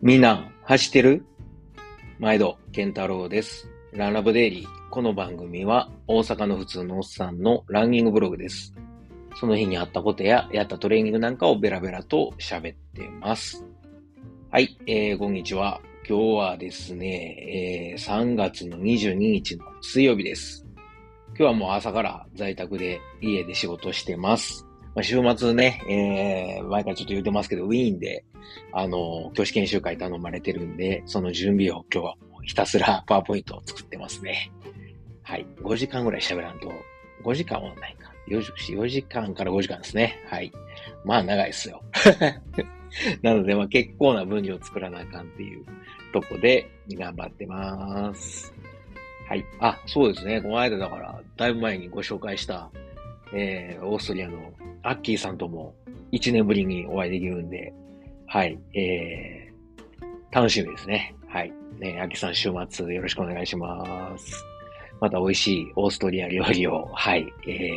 みんな、走ってる？毎度、健太郎です。ランラブデイリー。この番組は、大阪の普通のおっさんのランニングブログです。その日にあったことや、やったトレーニングなんかをベラベラと喋ってます。はい、こんにちは。今日はですね、3月の22日の水曜日です。今日はもう朝から在宅で家で仕事してます。週末ね、前からちょっと言ってますけど、ウィーンで、教師研修会頼まれてるんで、その準備を今日はもうひたすらパワーポイントを作ってますね。はい。5時間ぐらい喋らんと、5時間はないか。4時間から5時間ですね。はい。まあ長いですよ。なので、結構な分量を作らなあかんっていうとこで頑張ってます。はい。あ、そうですね。この間だから、だいぶ前にご紹介した、オーストリアのアッキーさんとも1年ぶりにお会いできるんで、はい。楽しみですね。はい。アッキーさん週末よろしくお願いします。また美味しいオーストリア料理を、はい。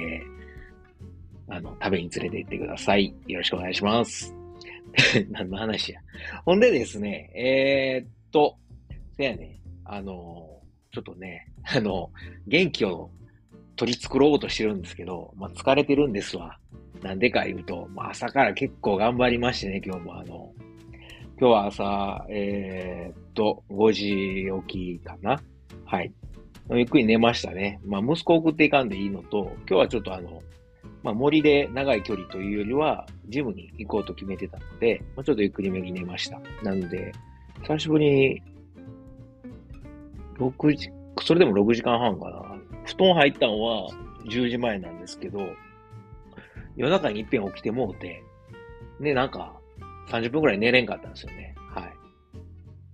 食べに連れて行ってください。よろしくお願いします。何の話や。ほんでですね、せやね、ちょっとね、元気を取り繕おうとしてるんですけど、疲れてるんですわ。なんでか言うと、朝から結構頑張りましてね、今日も今日は朝、5時起きかな。はい。ゆっくり寝ましたね。息子送っていかんでいいのと、今日はちょっと森で長い距離というよりは、ジムに行こうと決めてたので、ちょっとゆっくりめに寝ました。なので、久しぶりに、6時、それでも6時間半かな。布団入ったのは10時前なんですけど、夜中に一遍起きてもうて、で、30分くらい寝れんかったんですよね。はい。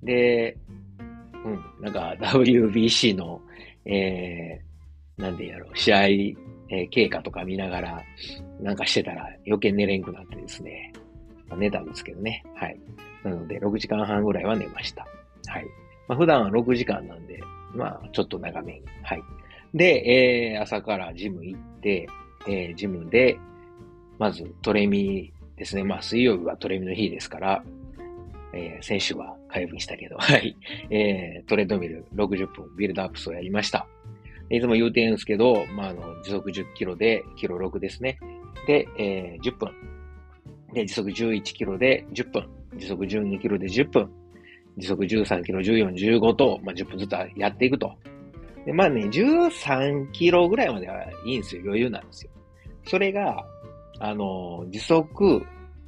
で、WBC の、なんでやろう、試合、経過とか見ながら、してたら余計寝れんくなってですね、寝たんですけどね。はい。なので、6時間半ぐらいは寝ました。はい。普段は6時間なんで、ちょっと長めに。はい。で、朝からジム行って、ジムで、まずトレミですね。水曜日はトレミの日ですから、先週は火曜日にしたけど、はい。トレッドミル60分ビルドアップスをやりました。いつも言うてるんですけど、時速10キロで、キロ6ですね。で、10分。で、時速11キロで10分。時速12キロで10分。時速13キロ、14、15と、10分ずつやっていくと。で、13キロぐらいまではいいんですよ。余裕なんですよ。それが、時速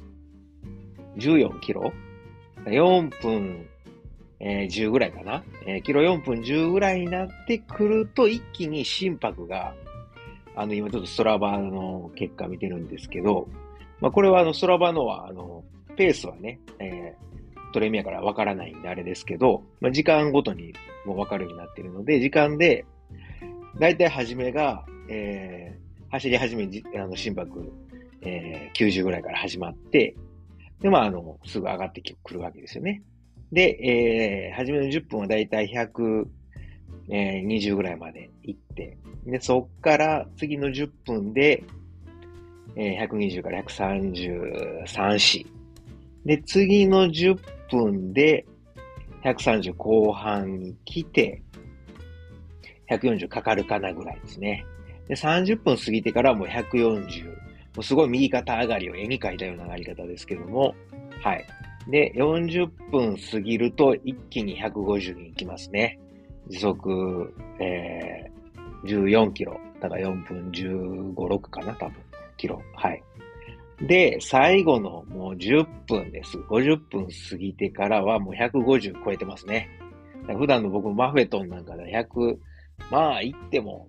14キロ ?4 分、10ぐらいかな、キロ4分10ぐらいになってくると、一気に心拍が、今ちょっとストラバの結果見てるんですけど、これはストラバのは、ペースはね、トレミアからわからないんであれですけど、時間ごとにもうわかるようになってるので、時間で、だいたい初めが、走り始め、心拍、90ぐらいから始まって、で、すぐ上がってくるわけですよね。で、初めの10分はだいたい120ぐらいまで行って、で、そっから次の10分で、120から133、4。で、次の10分で130後半に来て、140かかるかなぐらいですね。で、30分過ぎてからもう140。もうすごい右肩上がりを絵に描いたような上がり方ですけども、はい。で、40分過ぎると一気に150に行きますね。時速、14キロ。だから4分15、6かな、多分。キロ。はい。で、最後のもう10分です。50分過ぎてからはもう150超えてますね。普段の僕マフェトンなんかで100、行っても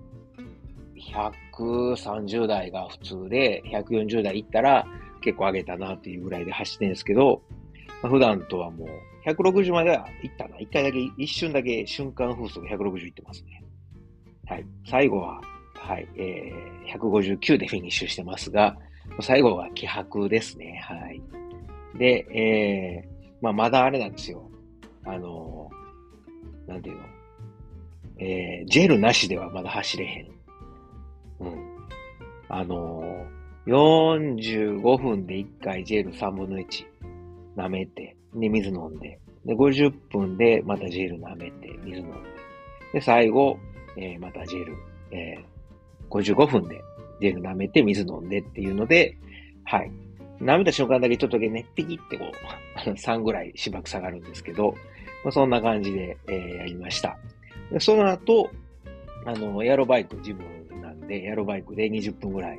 130代が普通で、140代行ったら結構上げたなっていうぐらいで走ってるんですけど、普段とはもう160までは行ったな。一回だけ、一瞬だけ瞬間風速160行ってますね。はい。最後は、はい、159でフィニッシュしてますが、最後は気迫ですね。はい。で、まだあれなんですよ。なんていうの、ジェルなしではまだ走れへん。うん。45分で1回ジェル3分の1舐めて、 で、水飲んで、で、50分でまたジェル舐めて、水飲んで、で、最後、またジェル、55分でジェル舐めて、水飲んでっていうので、はい。舐めた瞬間だけちょっとだけね、ピキってこう、3ぐらいしばく下がるんですけど、まあ、そんな感じで、やりました。で、その後、エアロバイク、ジムなんで、エアロバイクで20分ぐらい、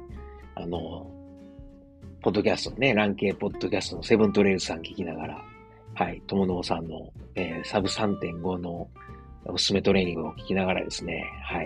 ポッドキャストね、ラン系ポッドキャストのセブントレイルさん聞きながら、はい、友野さんの、サブ3.5のおすすめトレーニングを聞きながらですね、はい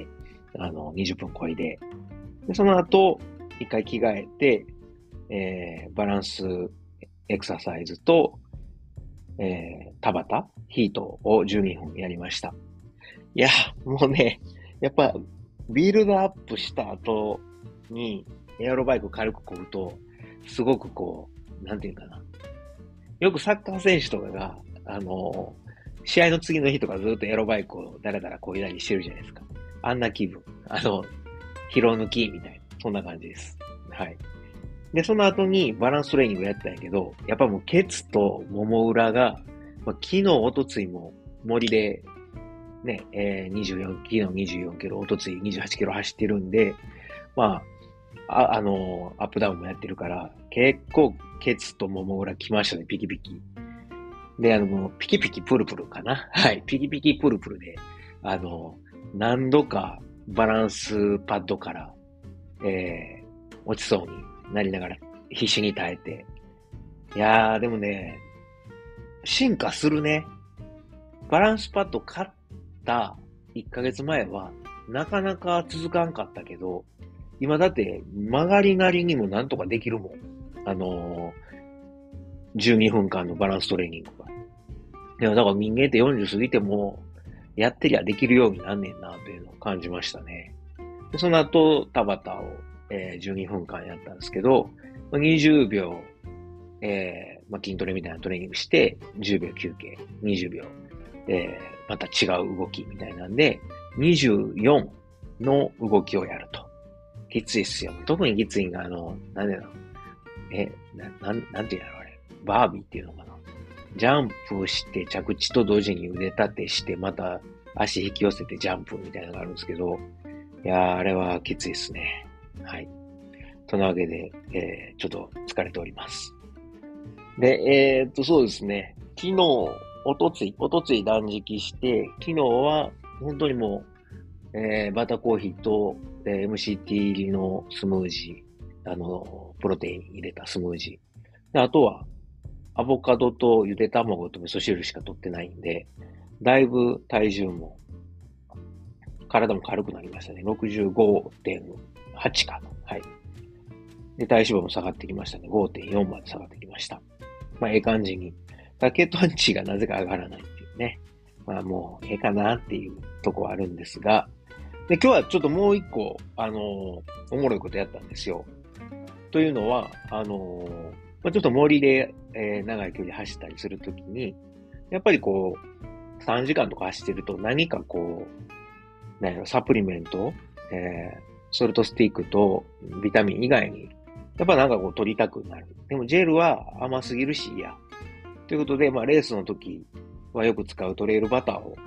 、20分超えで、で、その後、一回着替えて、バランスエクササイズと、田畑ヒートを12分やりました。いや、もうね、やっぱ、ビルドアップした後に、エアロバイク軽く漕ぐと、すごくこう、なんていうかな。よくサッカー選手とかが、試合の次の日とかずっとエアロバイクをだらだら漕いだりしてるじゃないですか。あんな気分。疲労抜きみたいな。そんな感じです。はい。で、その後にバランストレーニングやったんやけど、やっぱもうケツともも裏が、まあ、昨日、おとついも森でね、昨日24キロ、おとつい28キロ走ってるんで、まあ、アップダウンもやってるから、結構ケツともも裏来ましたね、ピキピキ。で、もうピキピキプルプルかな。はい、ピキピキプルプルで、何度かバランスパッドから、落ちそうになりながら必死に耐えて。いやー、でもね、進化するね。バランスパッド買った1ヶ月前は、なかなか続かんかったけど、今だって曲がりなりにもなんとかできるもん。12分間のバランストレーニングが。いや、だから人間って40過ぎても、やってりゃできるようになんねんな、というのを感じましたね。でその後、田畑を、12分間やったんですけど、20秒、筋トレみたいなトレーニングして、10秒休憩、20秒、また違う動きみたいなんで、24の動きをやると。きついっすよ。特にきついんが、なんでなのなんていうんやろ、あれ。バービーっていうのかな。ジャンプして着地と同時に腕立てして、また足引き寄せてジャンプみたいなのがあるんですけど、いやー、あれはきついですね。はい。そのわけで、ちょっと疲れております。で、そうですね。昨日、おとつい断食して、昨日は本当にもう、バターコーヒーと、MCT 入りのスムージー、プロテイン入れたスムージー。で、あとは、アボカドとゆで卵と味噌汁しか取ってないんで、だいぶ体重も、体も軽くなりましたね。65.8かな。はい。で、体脂肪も下がってきましたね。5.4まで下がってきました。まあ、ええ感じに。ケトン値がなぜか上がらないっていうね。まあ、もう、ええかなっていうとこはあるんですが。で、今日はちょっともう一個、おもろいことやったんですよ。というのは、ちょっと森で、長い距離走ったりするときに、やっぱりこう、3時間とか走ってると何かこう、サプリメント、ソルトスティックとビタミン以外に、やっぱなんかこう取りたくなる。でもジェルは甘すぎるし嫌。ということで、まあレースの時はよく使うトレイルバターを、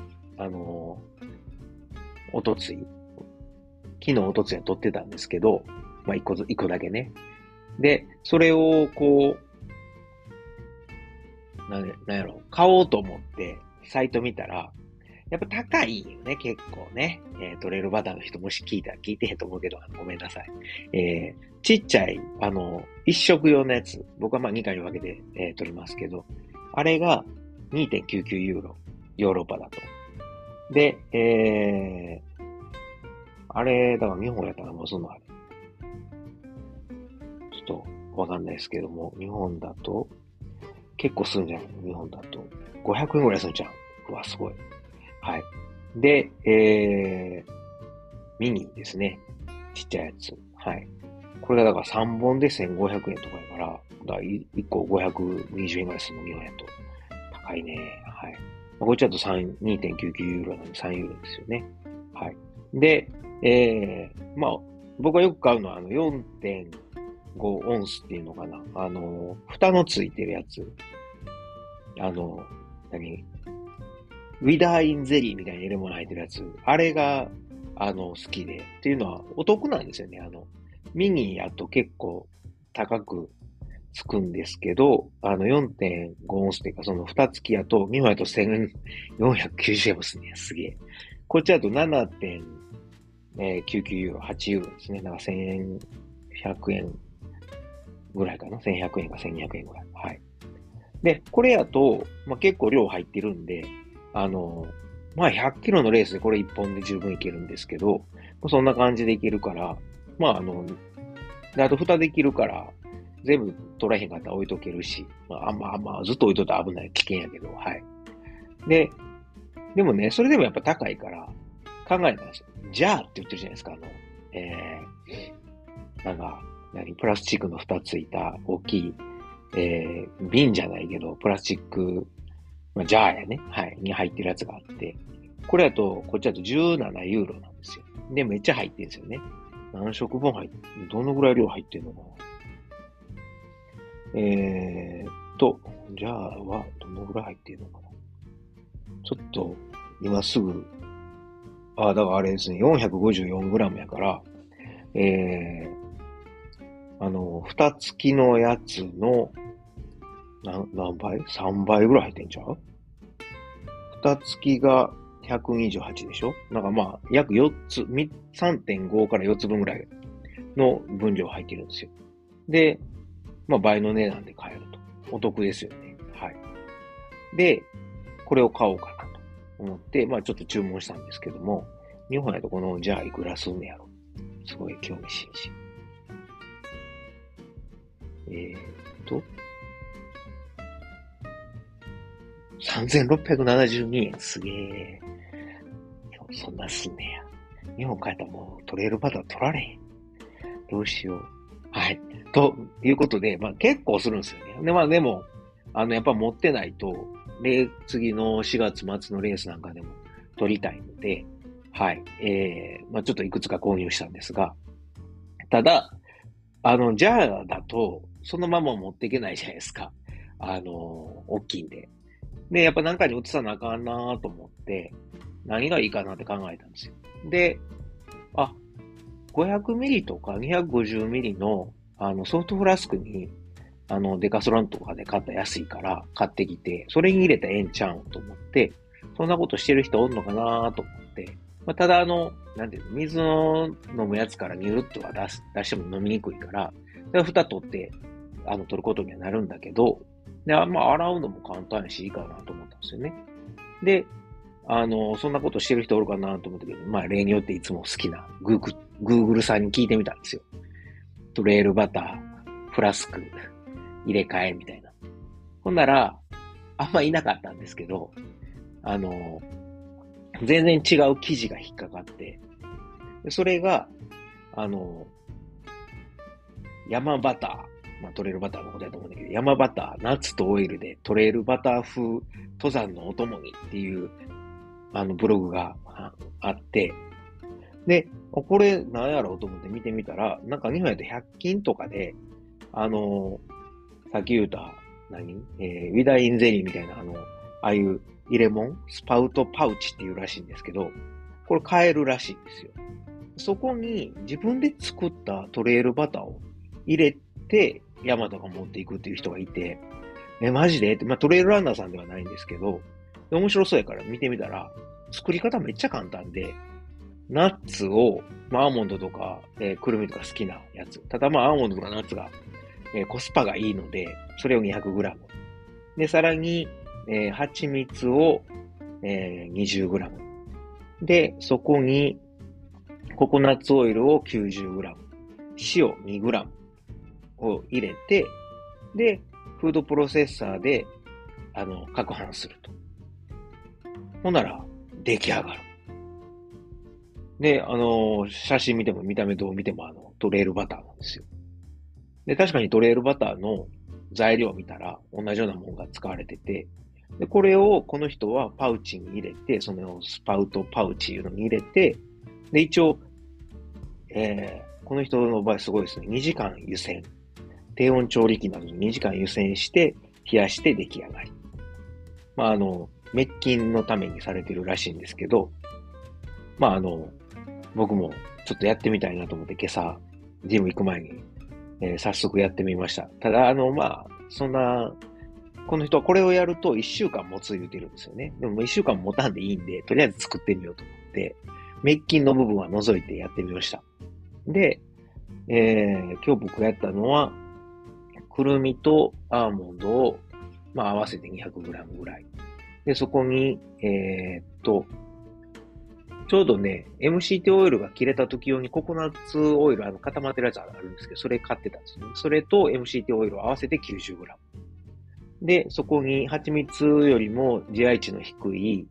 おとつい、昨日おとついは取ってたんですけど、まあ一個だけね。で、それをこう、なんやろ、買おうと思ってサイト見たら、やっぱ高いよね、結構ね。トレイルバターの人もし聞いてへんと思うけど、ごめんなさい。ちっちゃい、一食用のやつ、僕はまあ2回に分けて、取りますけど、あれが2.99ユーロ、ヨーロッパだと。で、あれ、だから日本やったらもうそのあれ。ちょっとわかんないですけども、日本だと、結構するんじゃないの日本だと。500円ぐらいするんじゃん。うわ、すごい。はい。で、ミニですね。ちっちゃいやつ。はい。これがだから3本で1500円とかやから、1個520円ぐらいするの、日本やと。高いね。はい。こっちだと2.99ユーロなんで3ユーロですよね。はい。で、まあ、僕がよく買うのは4.5オンスっていうのかな。蓋のついてるやつ。 あの、何ウィダーインゼリーみたいな入れ物入ってるやつ。あれが、好きで。っていうのは、お得なんですよね。ミニやと結構高くつくんですけど、4.5オンスっていうか、その2付きやと、日本やと1490円もすんねや。すげえ。こっちだと7.99ユーロ、8ユーロですね。だから1100円ぐらいかな。1100円か1200円ぐらい。はい。で、これやと、まあ、結構量入ってるんで、あの、まあ、100キロのレースでこれ1本で十分いけるんですけど、そんな感じでいけるから、まあ、であと蓋できるから、全部取らへんかったら置いとけるし、まあ、ずっと置いとったら危ない、危険やけど、はい。で、でもね、それでもやっぱ高いから、考えたんですよ。じゃあって言ってるじゃないですか、なんか、プラスチックの蓋ついた大きい、瓶じゃないけど、プラスチック、まあ、ジャーやね、はい、に入ってるやつがあって、これだと、こっちだと17ユーロなんですよ。で、めっちゃ入ってるんですよね。何食分入って、どのぐらい量入ってるのかな。じゃあは、どのぐらい入ってるのかな。ちょっと、今すぐ、だからあれですね、454グラムやから、え蓋付きのやつの、何倍？ 3 倍ぐらい入ってんちゃう？蓋付きが128でしょ？なんかまあ、約4つ、3.5から4つ分ぐらいの分量入ってるんですよ。で、まあ倍の値段で買えると。お得ですよね。はい。で、これを買おうかなと思って、まあちょっと注文したんですけども、日本やとこの、じゃあいくらすんねやろ。すごい興味津々。3672円。すげえ。そんなすんねや。日本帰ったらもうトレイルバター取られへん。どうしよう。はい。ということで、まあ結構するんですよね。で、まあでも、やっぱ持ってないと、次の4月末のレースなんかでも取りたいので、はい。まあちょっといくつか購入したんですが、ただ、ジャーだと、そのまま持っていけないじゃないですか。大きいんで。で、やっぱ何かに移さなあかんなと思って、何がいいかなって考えたんですよ。で、あ、500ミリとか250ミリの、ソフトフラスクに、デカソランとかで買った安いから買ってきて、それに入れたらええんちゃうんと思って、そんなことしてる人おんのかなと思って、まあ、ただなんていうの、水を飲むやつからニュルッとは出しても飲みにくいから、蓋取って、取ることにはなるんだけど、で、まあ、洗うのも簡単やし、いいかなと思ったんですよね。で、そんなことしてる人おるかなと思ったけど、まあ、例によっていつも好きなGoogle さんに聞いてみたんですよ。トレールバター、フラスク、入れ替えみたいな。ほんなら、あんまいなかったんですけど、あの、全然違う記事が引っかかって、それが、あの、山バター、まあトレイルバターのことだと思うんだけど、山バター、ナッツとオイルでトレイルバター風登山のお供にっていう、ブログがあって、で、これ何やろうと思って見てみたら、なんか日本やと100均とかで、さっき言った、ウィダインゼリーみたいな、ああいう入れ物、スパウトパウチっていうらしいんですけど、これ買えるらしいんですよ。そこに自分で作ったトレイルバターを入れて、山とか持っていくっていう人がいて、マジでって、まあ、トレイルランナーさんではないんですけど、面白そうやから見てみたら、作り方めっちゃ簡単で、ナッツを、まあ、アーモンドとか、くるみとか好きなやつ。ただまあ、アーモンドとかナッツが、コスパがいいので、それを 200g。で、さらに、蜂蜜を、20g。で、そこに、ココナッツオイルを 90g。塩 2g を入れて、で、フードプロセッサーで、攪拌すると。ほんなら、出来上がる。で、写真見ても見た目どう見てもトレールバターなんですよ。で、確かにトレールバターの材料を見たら同じようなものが使われてて、で、これをこの人はパウチに入れて、そのスパウトパウチいうのに入れて、で、一応、この人の場合すごいですね。2時間湯煎。低温調理器などに2時間湯煎して、冷やして出来上がり。 まあ、滅菌のためにされてるらしいんですけど、まあ、僕もちょっとやってみたいなと思って今朝、ジム行く前に、早速やってみました。ただ、まあ、そんな、この人はこれをやると1週間持つ言うてるんですよね。でも1週間持たんでいいんで、とりあえず作ってみようと思って、滅菌の部分は除いてやってみました。で、今日僕がやったのは、くるみとアーモンドを、まあ、合わせて 200g ぐらい。で、そこに、ちょうどね、MCT オイルが切れた時用にココナッツオイル、固まってるやつあるんですけど、それ買ってたんですね。それと MCT オイルを合わせて 90g。で、そこに蜂蜜よりも GI 値の低い、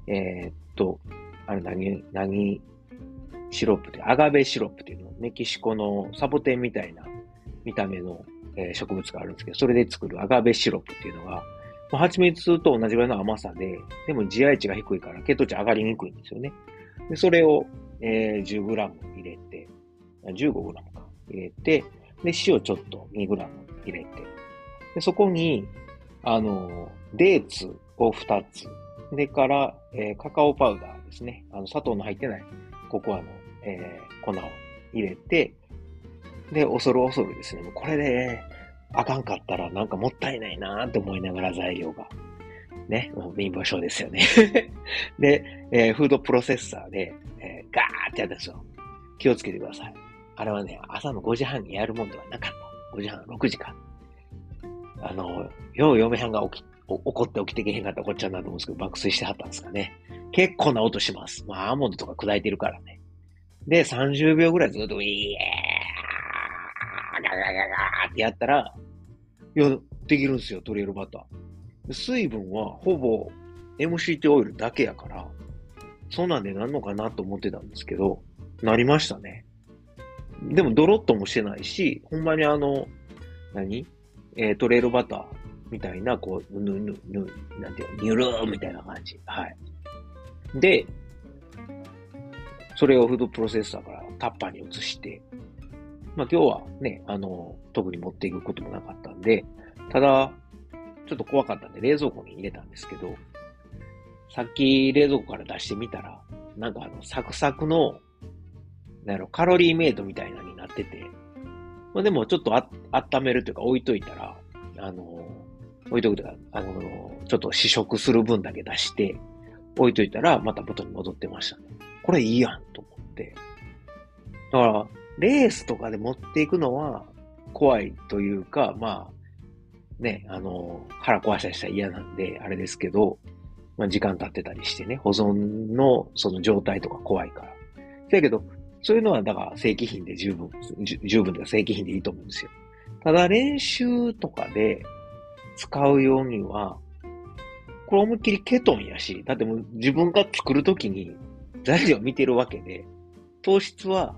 何シロップで、アガベシロップっていうの、メキシコのサボテンみたいな見た目の、植物があるんですけど、それで作るアガベシロップっていうのが、蜂蜜と同じぐらいの甘さで、でも GI 値が低いから血糖値上がりにくいんですよね。で、それを、10g 入れて、15g か入れて、で、塩ちょっと 2g 入れて、で、そこに、デーツを2つ、でから、カカオパウダーですね。砂糖の入ってないココアの、粉を入れて、で、恐る恐るですね。もうこれで、あかんかったらなんかもったいないなーって思いながら材料が。ね、もう貧乏症ですよね。で、フードプロセッサーで、ガーってやったんですよ。気をつけてください。あれはね、朝の5時半にやるもんではなかった。5時半、6時か。よう嫁はんが怒って起きてけへんかったらこっちゃんなと思うんですけど、爆睡してはったんですかね。結構な音します。まあ、アーモンドとか砕いてるからね。で、30秒ぐらいずっと、イエーガガガガーってやったら、いや、できるんですよ、トリエルバター。水分はほぼ MCT オイルだけやから、そんなんでなんのかなと思ってたんですけど、なりましたね。でもドロッともしてないし、ほんまに何トレイルバターみたいな、こう、なんていうの、ニュルーみたいな感じ。はい。で、それをフードプロセッサーからタッパーに移して、まあ今日はね、特に持っていくこともなかったんで、ただ、ちょっと怖かったんで冷蔵庫に入れたんですけど、さっき冷蔵庫から出してみたら、なんかサクサクの、カロリーメイトみたいなのになってて、まあでもちょっと温めるというか置いといたら、置いとくというか、ちょっと試食する分だけ出して、置いといたらまた元に戻ってましたね。これいいやんと思って。だから、レースとかで持っていくのは怖いというか、まあ、ね、腹壊したりしたら嫌なんで、あれですけど、まあ時間経ってたりしてね、保存のその状態とか怖いから。だけど、そういうのはだから正規品で十分で正規品でいいと思うんですよ。ただ練習とかで使うようには、これ思いっきりケトンやし、だってもう自分が作るときに材料見てるわけで、糖質は、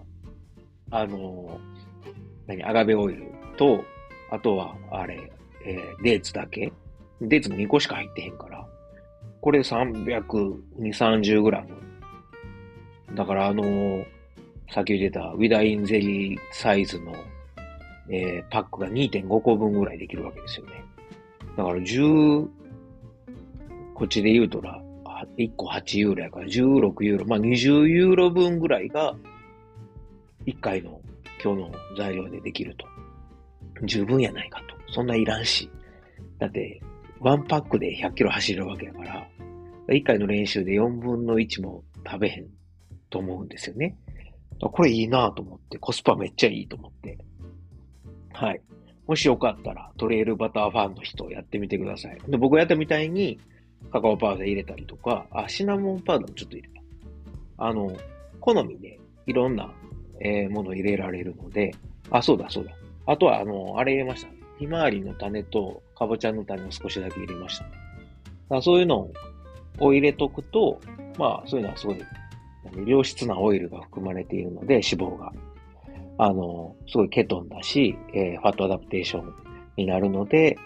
アガベオイルと、あとは、デーツだけ。デーツも2個しか入ってへんから。これ320、30グラム。だからさっき言ってたウィダインゼリーサイズの、パックが2.5個分ぐらいできるわけですよね。だからこっちで言うと1個8ユーロやから16ユーロ。まあ20ユーロ分ぐらいが1回の今日の材料でできると。十分やないかと。そんないらんし。だって、ワンパックで100キロ走るわけやから、1回の練習で4分の1も食べへんと思うんですよね。これいいなと思って、コスパめっちゃいいと思って。はい。もしよかったら、トレイルバターファンの人やってみてください。で、僕がやったみたいに、カカオパウダー入れたりとか、シナモンパウダーもちょっと入れた。好みでいろんな、もの入れられるので、そうだ。あとは、あれ入れました。ひまわりの種と、かぼちゃの種を少しだけ入れましたね。そういうのを入れとくと、まあ、そういうのはすごい、良質なオイルが含まれているので、脂肪が。すごいケトンだし、ファットアダプテーションになるので、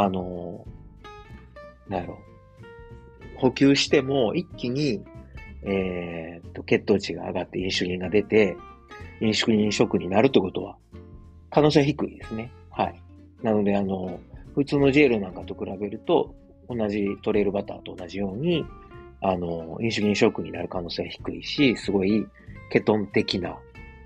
補給しても一気に、血糖値が上がってインシュリンが出て、インシュリンショックになるってことは、可能性は低いですね。はい。なので、普通のジェルなんかと比べると、 同じトレイルバターと同じように、インシュリンショックになる可能性は低いし、すごいケトン的な、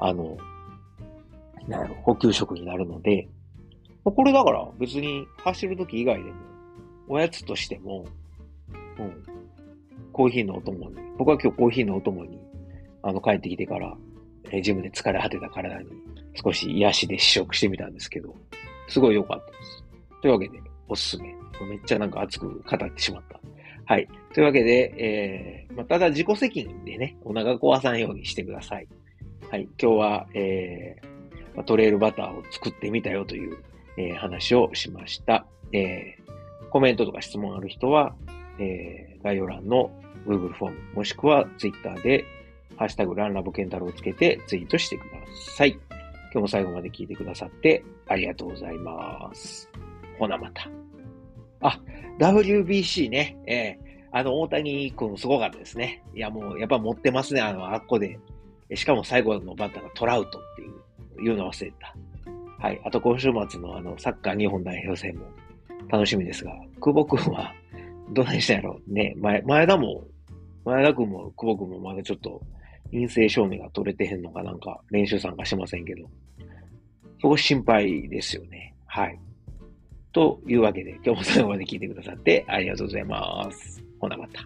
補給食になるので、これだから別に走るとき以外でも、おやつとしても、うん、コーヒーのお供に、僕は今日コーヒーのお供に、帰ってきてから、ジムで疲れ果てた体に少し癒しで試食してみたんですけど、すごい良かったです。というわけで、おすすめ。めっちゃなんか熱く語ってしまった。はい。というわけで、ただ自己責任でね、お腹壊さないようにしてください。はい。今日は、トレイルバターを作ってみたよという、話をしました。コメントとか質問ある人は、概要欄の Google フォーム、もしくは Twitter で、ハッシュタグランラボケンタロウをつけてツイートしてください。今日も最後まで聞いてくださってありがとうございます。ほなまた。WBC ね。大谷君すごかったですね。いやもう、やっぱ持ってますね。あっこで。しかも最後のバッターがトラウトっていうの忘れた。はい。あと今週末のサッカー日本代表戦も楽しみですが、久保君はどうなんしたんやろうね。前田君も久保君もまだちょっと陰性証明が取れてへんのかなんか練習参加しませんけど、そこ心配ですよね。はい。というわけで、今日も最後まで聞いてくださってありがとうございます。ほなまた。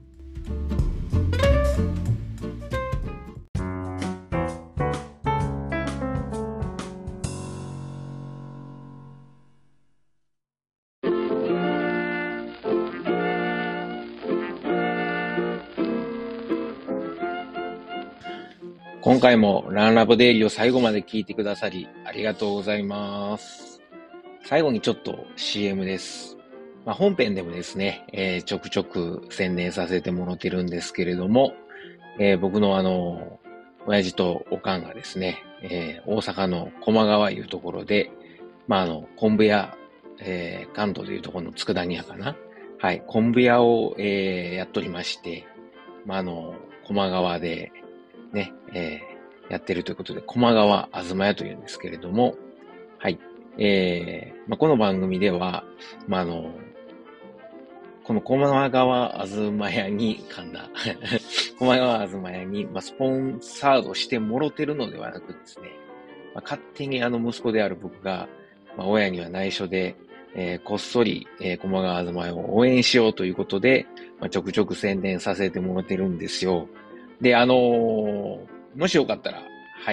今回もランラボデイリーを最後まで聞いてくださりありがとうございます。最後にちょっと CM です。本編でもですね、ちょくちょく宣伝させてもらってるんですけれども、僕の親父とおかんがですね、大阪の駒川いうところで、昆布屋、関東でいうところの佃煮屋かな。はい、昆布屋を、やっておりまして、駒川でね、やってるということで、駒川あずま屋というんですけれども、はい、この番組では、この駒川あずま屋に、駒川あずま屋に、スポンサードしてもろてるのではなくですね、勝手に息子である僕が、親には内緒で、こっそり、駒川あずま屋を応援しようということで、ちょくちょく宣伝させてもらってるんですよ。で、もしよかったら、はい、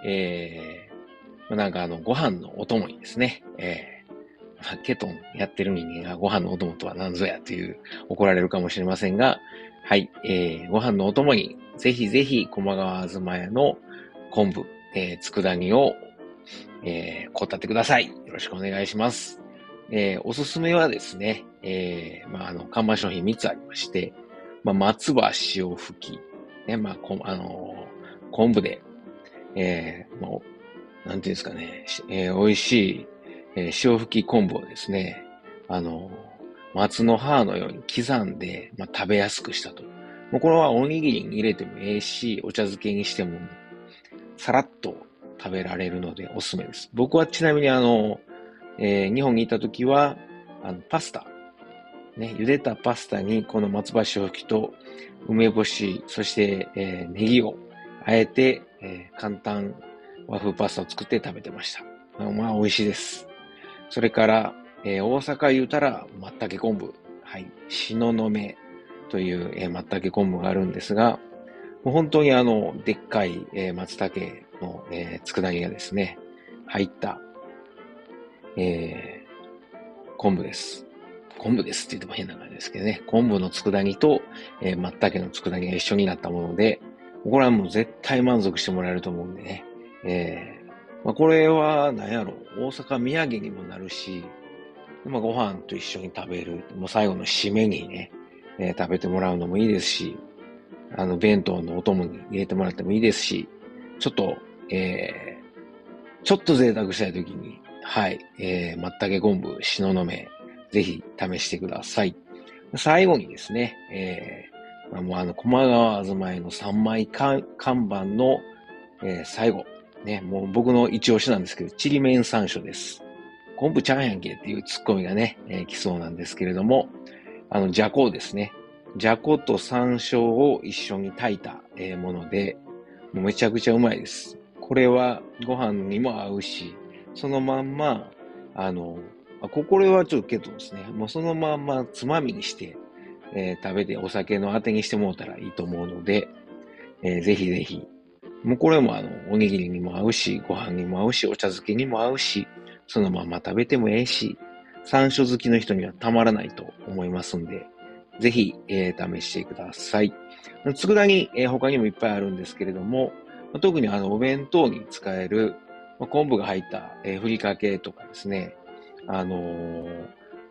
ご飯のお供にですね、ケトンやってる人間がご飯のお供とは何ぞやという怒られるかもしれませんが、はい、ご飯のお供にぜひぜひ駒川あずま屋の昆布、佃煮を、こったってください。よろしくお願いします。おすすめはですね、看板商品3つありまして、松葉塩吹き、ね、昆布で、なんていうんですかね、美味しい、塩吹き昆布をですね、松の葉のように刻んで、食べやすくしたと。もうこれはおにぎりに入れてもええし、お茶漬けにしても、さらっと食べられるのでおすすめです。僕はちなみに日本にいた時は、パスタ、ね、茹でたパスタにこの松葉塩吹きと梅干し、そして、ネギをあえて、簡単和風パスタを作って食べてました。美味しいです。それから、大阪言うたら松茸昆布。はい。東雲という、松茸昆布があるんですが、もう本当にでっかい、松茸の、佃煮がですね、入った、昆布です。昆布ですって言っても変な感じですけどね。昆布の佃煮と、松茸の佃煮が一緒になったもので、これはもう絶対満足してもらえると思うんでね。これは何やろ、大阪土産にもなるし、ご飯と一緒に食べる、もう最後の締めにね、食べてもらうのもいいですし、弁当のお供に入れてもらってもいいですし、ちょっと贅沢したいときに、はい、松茸昆布、東雲、ぜひ試してください。最後にですね、駒川あずまいの3枚看板の、最後、ね、もう僕の一押しなんですけど、ちりめん山椒です。 昆布ちゃうんやんけっていうツッコミがね、来そうなんですけれども、じゃこですね。じゃこと山椒を一緒に炊いた、もので、もうめちゃくちゃうまいです。これはご飯にも合うし、そのまんま、これはちょっとケトですね。もうそのまんまつまみにして、食べてお酒のあてにしてもらったらいいと思うので、ぜひぜひ。もうこれもおにぎりにも合うし、ご飯にも合うし、お茶漬けにも合うし、そのまま食べてもええし、山椒好きの人にはたまらないと思いますんで、ぜひ、試してください。佃煮、他にもいっぱいあるんですけれども、特にお弁当に使える、昆布が入った、ふりかけとかですね、あのー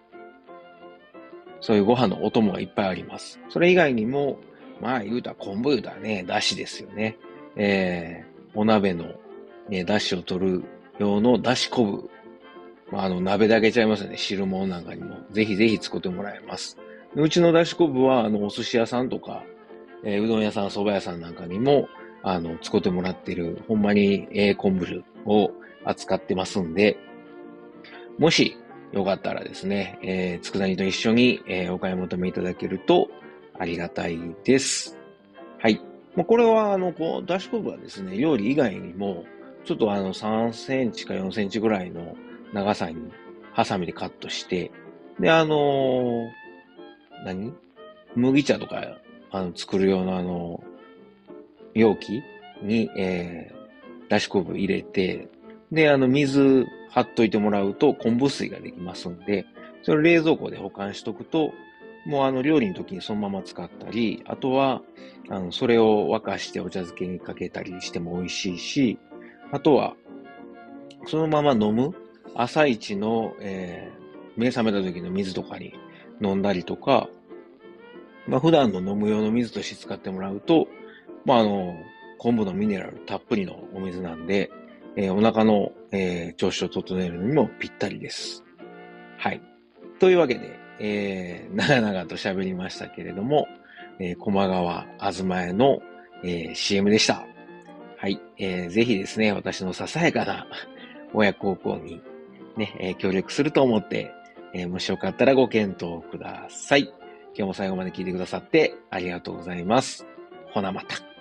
そういうご飯のお供がいっぱいあります。それ以外にも、まあ言うたら昆布言うたらね、だしですよね。お鍋の、だしを取る用のだし昆布。まあ、鍋だけちゃいますよね。汁物なんかにも。ぜひぜひ作ってもらえます。うちのだし昆布は、お寿司屋さんとか、うどん屋さん、蕎麦屋さんなんかにも、作ってもらってる、ほんまに、昆布を扱ってますんで、もし、よかったらですね、佃煮と一緒に、お買い求めいただけるとありがたいです。はい。これは、だし昆布はですね、料理以外にも、ちょっと3センチか4センチぐらいの長さに、ハサミでカットして、で、何麦茶とか、作る用の容器に、だし昆布入れて、で、水張っといてもらうと昆布水ができますんで、それを冷蔵庫で保管しとくと、もう料理の時にそのまま使ったり、あとは、それを沸かしてお茶漬けにかけたりしても美味しいし、あとは、そのまま飲む朝一の、目覚めた時の水とかに飲んだりとか、普段の飲む用の水として使ってもらうと、昆布のミネラルたっぷりのお水なんで、お腹の、調子を整えるのにもぴったりです。はい。というわけで、長々と喋りましたけれども、駒川あずまえの、CM でした。はい。ぜひですね、私のささやかな親孝行にね、協力すると思って、もしよかったらご検討ください。今日も最後まで聞いてくださってありがとうございます。ほなまた。